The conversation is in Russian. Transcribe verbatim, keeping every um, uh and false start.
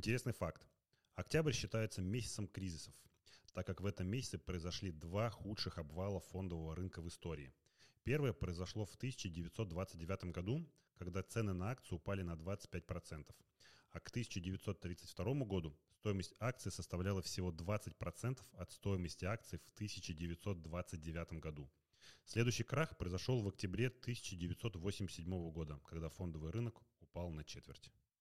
Интересный факт. Октябрь считается месяцем кризисов, так как в этом месяце произошли два худших обвала фондового рынка в истории. Первое произошло в тысяча девятьсот двадцать девятом году, когда цены на акции упали на двадцать пять процентов, а к тысяча девятьсот тридцать второму году стоимость акций составляла всего двадцать процентов от стоимости акций в тысяча девятьсот двадцать девятом году. Следующий крах произошел в октябре тысяча девятьсот восемьдесят седьмого года, когда фондовый рынок упал на четверть.